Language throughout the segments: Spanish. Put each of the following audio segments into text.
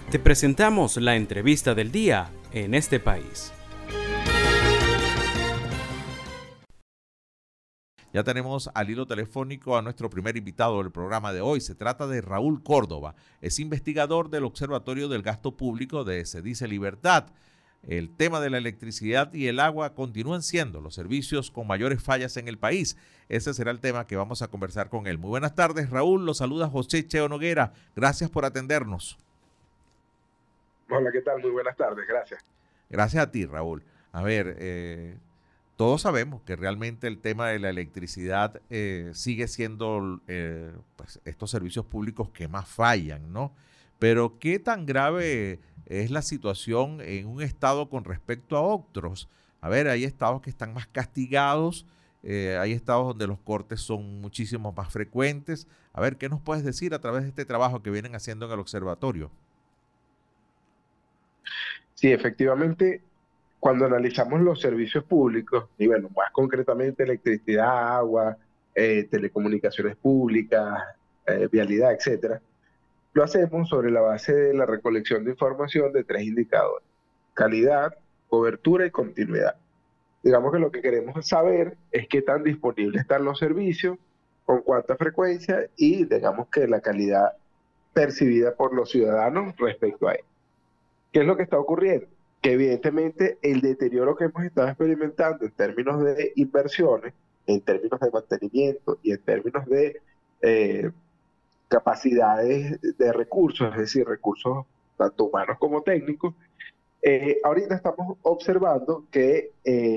Te presentamos la entrevista del día en este país. Ya tenemos al hilo telefónico a nuestro primer invitado del programa de hoy. Se trata de Raúl Córdoba. Es investigador del Observatorio del Gasto Público de Sedice Libertad. El tema de la electricidad y el agua continúan siendo los servicios con mayores fallas en el país. Ese será el tema que vamos a conversar con él. Muy buenas tardes, Raúl. Lo saluda José Cheo Noguera. Gracias por atendernos. Hola, ¿qué tal? Muy buenas tardes, gracias. Gracias a ti, Raúl. A ver, todos sabemos que realmente el tema de la electricidad sigue siendo pues, estos servicios públicos que más fallan, ¿no? Pero ¿qué tan grave es la situación en un estado con respecto a otros? A ver, hay estados que están más castigados, hay estados donde los cortes son muchísimo más frecuentes. A ver, ¿qué nos puedes decir a través de este trabajo que vienen haciendo en el observatorio? Sí, efectivamente, cuando analizamos los servicios públicos, y bueno, más concretamente electricidad, agua, telecomunicaciones públicas, vialidad, etcétera, lo hacemos sobre la base de la recolección de información de tres indicadores: calidad, cobertura y continuidad. Digamos que lo que queremos saber es qué tan disponibles están los servicios, con cuánta frecuencia y digamos que la calidad percibida por los ciudadanos respecto a ello. ¿Qué es lo que está ocurriendo? Que evidentemente el deterioro que hemos estado experimentando en términos de inversiones, en términos de mantenimiento y en términos de eh, capacidades de recursos, es decir, recursos tanto humanos como técnicos, ahorita estamos observando que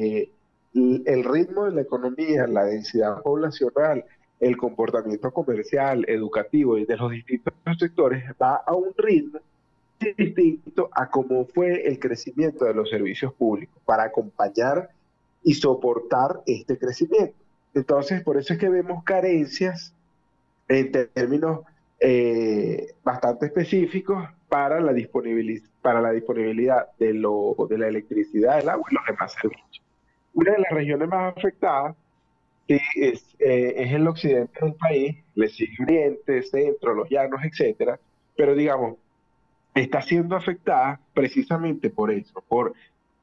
el ritmo de la economía, la densidad poblacional, el comportamiento comercial, educativo y de los distintos sectores va a un ritmo distinto a cómo fue el crecimiento de los servicios públicos para acompañar y soportar este crecimiento. Entonces, por eso es que vemos carencias en términos bastante específicos para la disponibilidad de la electricidad, del agua y los demás servicios. Una de las regiones más afectadas sí, es el occidente del país, le sigue Oriente, Centro, los llanos, etcétera, pero digamos, está siendo afectada precisamente por eso, por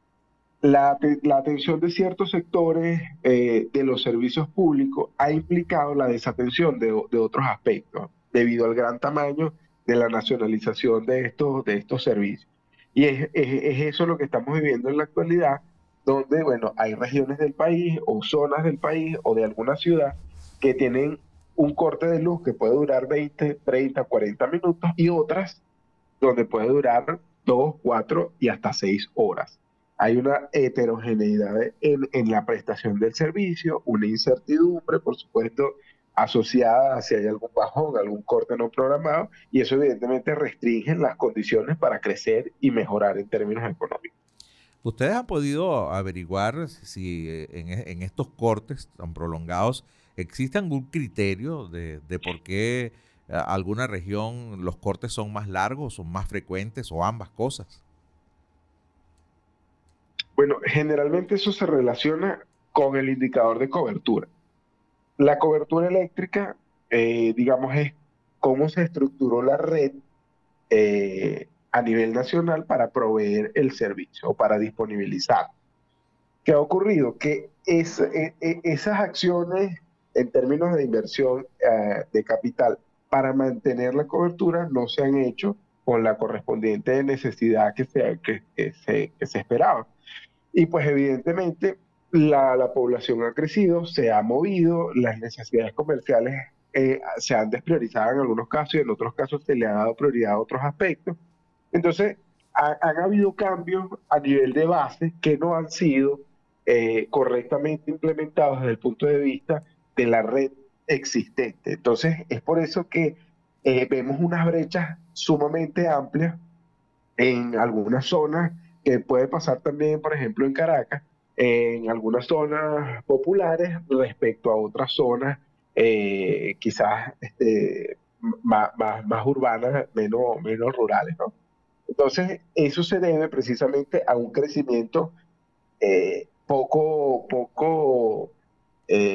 la atención de ciertos sectores de los servicios públicos ha implicado la desatención de otros aspectos, debido al gran tamaño de la nacionalización de estos servicios. Y es eso lo que estamos viviendo en la actualidad, donde, bueno, hay regiones del país o zonas del país o de alguna ciudad que tienen un corte de luz que puede durar 20, 30, 40 minutos y otras donde puede durar 2, 4 y hasta 6 horas. Hay una heterogeneidad en la prestación del servicio, una incertidumbre, por supuesto, asociada a si hay algún bajón, algún corte no programado, y eso evidentemente restringe las condiciones para crecer y mejorar en términos económicos. ¿Ustedes han podido averiguar si en estos cortes tan prolongados existe algún criterio de por qué alguna región los cortes son más largos, son más frecuentes o ambas cosas? Bueno, generalmente eso se relaciona con el indicador de cobertura. La cobertura eléctrica, digamos, es cómo se estructuró la red a nivel nacional para proveer el servicio o para disponibilizar. ¿Qué ha ocurrido? Que esas acciones en términos de inversión de capital para mantener la cobertura no se han hecho con la correspondiente necesidad que se esperaba. Y pues evidentemente la población ha crecido, se ha movido, las necesidades comerciales se han despriorizado en algunos casos y en otros casos se le ha dado prioridad a otros aspectos. Entonces, han habido cambios a nivel de base que no han sido correctamente implementados desde el punto de vista de la red existente. Entonces, es por eso que vemos unas brechas sumamente amplias en algunas zonas, que puede pasar también, por ejemplo, en Caracas, en algunas zonas populares respecto a otras zonas quizás más urbanas, menos rurales, ¿no? Entonces, eso se debe precisamente a un crecimiento poco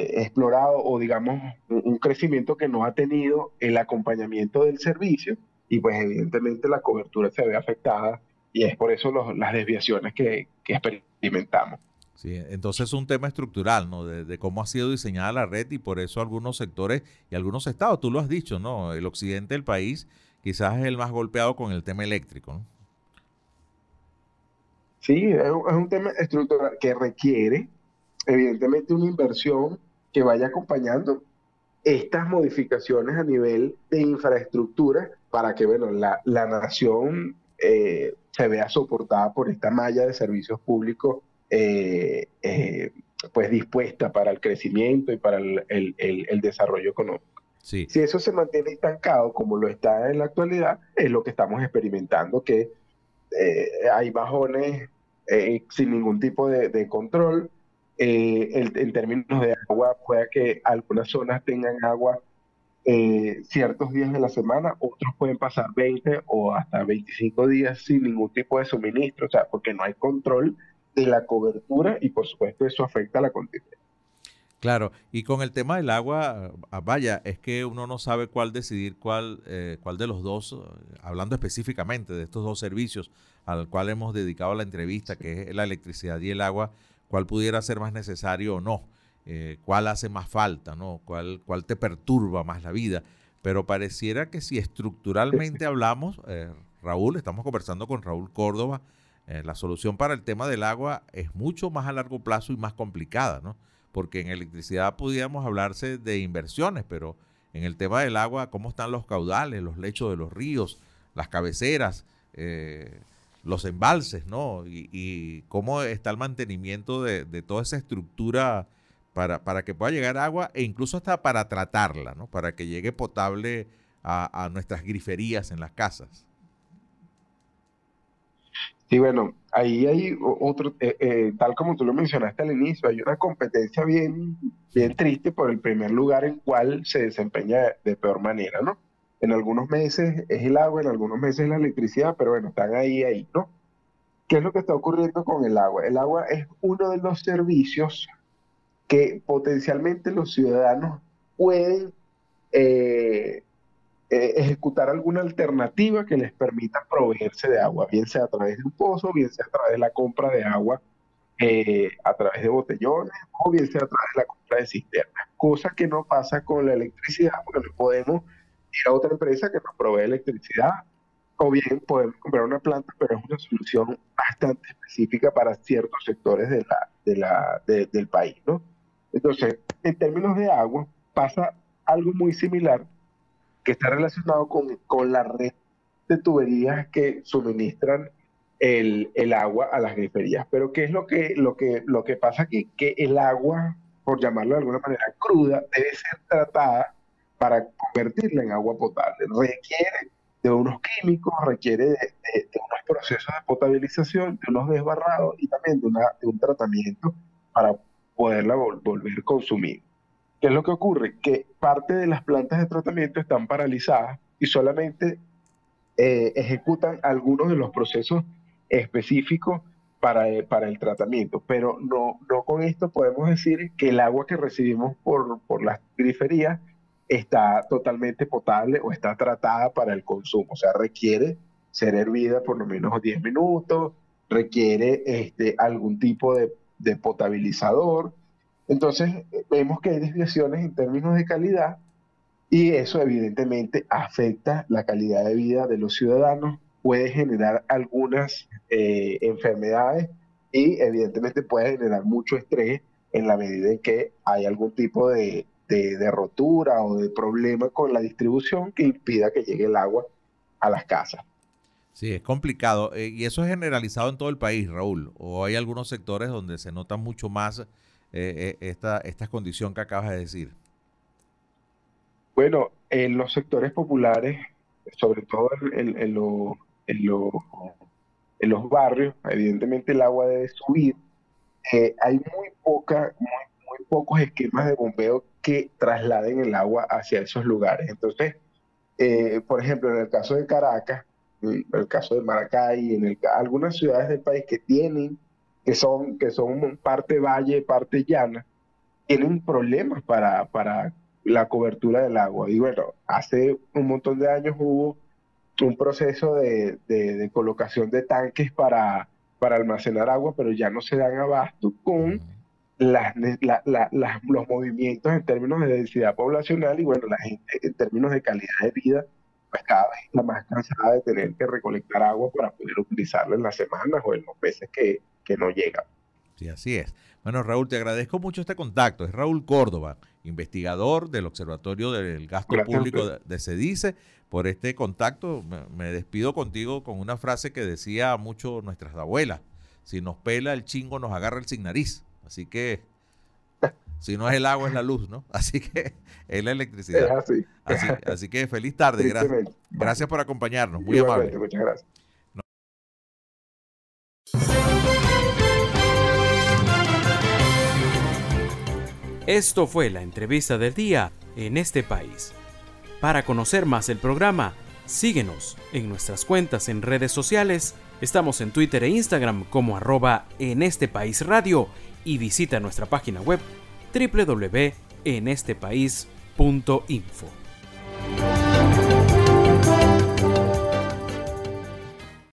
explorado, o digamos un crecimiento que no ha tenido el acompañamiento del servicio, y pues evidentemente la cobertura se ve afectada y es por eso las desviaciones que experimentamos. Sí, entonces es un tema estructural, ¿no? De cómo ha sido diseñada la red y por eso algunos sectores y algunos estados, tú lo has dicho, ¿no? El occidente del país quizás es el más golpeado con el tema eléctrico, ¿no? Sí, es un tema estructural que requiere evidentemente una inversión que vaya acompañando estas modificaciones a nivel de infraestructura para que, bueno, la nación se vea soportada por esta malla de servicios públicos pues dispuesta para el crecimiento y para el desarrollo económico. Sí, Si eso se mantiene estancado como lo está en la actualidad, es lo que estamos experimentando, que hay bajones sin ningún tipo de control. En términos de agua, puede que algunas zonas tengan agua ciertos días de la semana, otros pueden pasar 20 o hasta 25 días sin ningún tipo de suministro, o sea, porque no hay control de la cobertura y por supuesto eso afecta a la continuidad. claro. Y con el tema del agua, vaya, es que uno no sabe cuál decidir, cuál de los dos, hablando específicamente de estos dos servicios al cual hemos dedicado la entrevista, que es la electricidad y el agua, cuál pudiera ser más necesario o no, cuál hace más falta, ¿no? Cuál te perturba más la vida. Pero pareciera que si estructuralmente hablamos, Raúl, estamos conversando con Raúl Córdoba, la solución para el tema del agua es mucho más a largo plazo y más complicada, ¿no? Porque en electricidad pudiéramos hablarse de inversiones, pero en el tema del agua, cómo están los caudales, los lechos de los ríos, las cabeceras, los embalses, ¿no? Y cómo está el mantenimiento de toda esa estructura para que pueda llegar agua e incluso hasta para tratarla, ¿no? Para que llegue potable a nuestras griferías en las casas. Y bueno, ahí hay otro, tal como tú lo mencionaste al inicio, hay una competencia bien triste por el primer lugar en cual se desempeña de peor manera, ¿no? En algunos meses es el agua, en algunos meses es la electricidad, pero bueno, están ahí, ¿no? ¿Qué es lo que está ocurriendo con el agua? El agua es uno de los servicios que potencialmente los ciudadanos pueden eh, ejecutar alguna alternativa que les permita proveerse de agua, bien sea a través de un pozo, bien sea a través de la compra de agua a través de botellones o bien sea a través de la compra de cisternas, cosa que no pasa con la electricidad porque no podemos ir a otra empresa que nos provee electricidad o bien podemos comprar una planta, pero es una solución bastante específica para ciertos sectores del país, ¿no? Entonces, en términos de agua, pasa algo muy similar que está relacionado con la red de tuberías que suministran el agua a las griferías. Pero ¿qué es lo que pasa aquí? Que el agua, por llamarlo de alguna manera cruda, debe ser tratada para convertirla en agua potable. Requiere de unos químicos, requiere de unos procesos de potabilización, de unos desbarrados y también de un tratamiento para poderla volver a consumir. ¿Qué es lo que ocurre? Que parte de las plantas de tratamiento están paralizadas y solamente ejecutan algunos de los procesos específicos para el tratamiento, pero no con esto podemos decir que el agua que recibimos por las griferías está totalmente potable o está tratada para el consumo, o sea, requiere ser hervida por lo menos 10 minutos, requiere algún tipo de potabilizador. Entonces, vemos que hay desviaciones en términos de calidad y eso evidentemente afecta la calidad de vida de los ciudadanos, puede generar algunas enfermedades y evidentemente puede generar mucho estrés en la medida en que hay algún tipo de rotura o de problema con la distribución que impida que llegue el agua a las casas. Sí, es complicado. Y eso es generalizado en todo el país, Raúl. ¿O hay algunos sectores donde se nota mucho más esta condición que acabas de decir? Bueno, en los sectores populares, sobre todo en lo- en los barrios, evidentemente el agua debe subir. Hay muy pocos esquemas de bombeo que trasladen el agua hacia esos lugares. Entonces, por ejemplo, en el caso de Caracas, en el caso de Maracay, algunas ciudades del país que son parte valle, parte llana, tienen problemas para la cobertura del agua. Y bueno, hace un montón de años hubo un proceso de colocación de tanques para almacenar agua, pero ya no se dan abasto con los movimientos en términos de densidad poblacional y bueno, la gente en términos de calidad de vida, pues cada vez está más cansada de tener que recolectar agua para poder utilizarla en las semanas o en los meses que no llegan. Sí, así es. Bueno, Raúl, te agradezco mucho este contacto. Es Raúl Córdoba, investigador del Observatorio del Gasto Público de CEDICE. Por este contacto me despido contigo con una frase que decía mucho nuestras abuelas: si nos pela el chingo nos agarra el sin nariz. Así que si no es el agua es la luz, ¿no? Así que es la electricidad. Es así. Así que feliz tarde. Gracias por acompañarnos. Muy Igualmente, amable. muchas gracias. Esto fue la entrevista del día en este país. Para conocer más el programa, síguenos en nuestras cuentas en redes sociales. Estamos en Twitter e Instagram como @enestepaisradio y visita nuestra página web www.enestepais.info.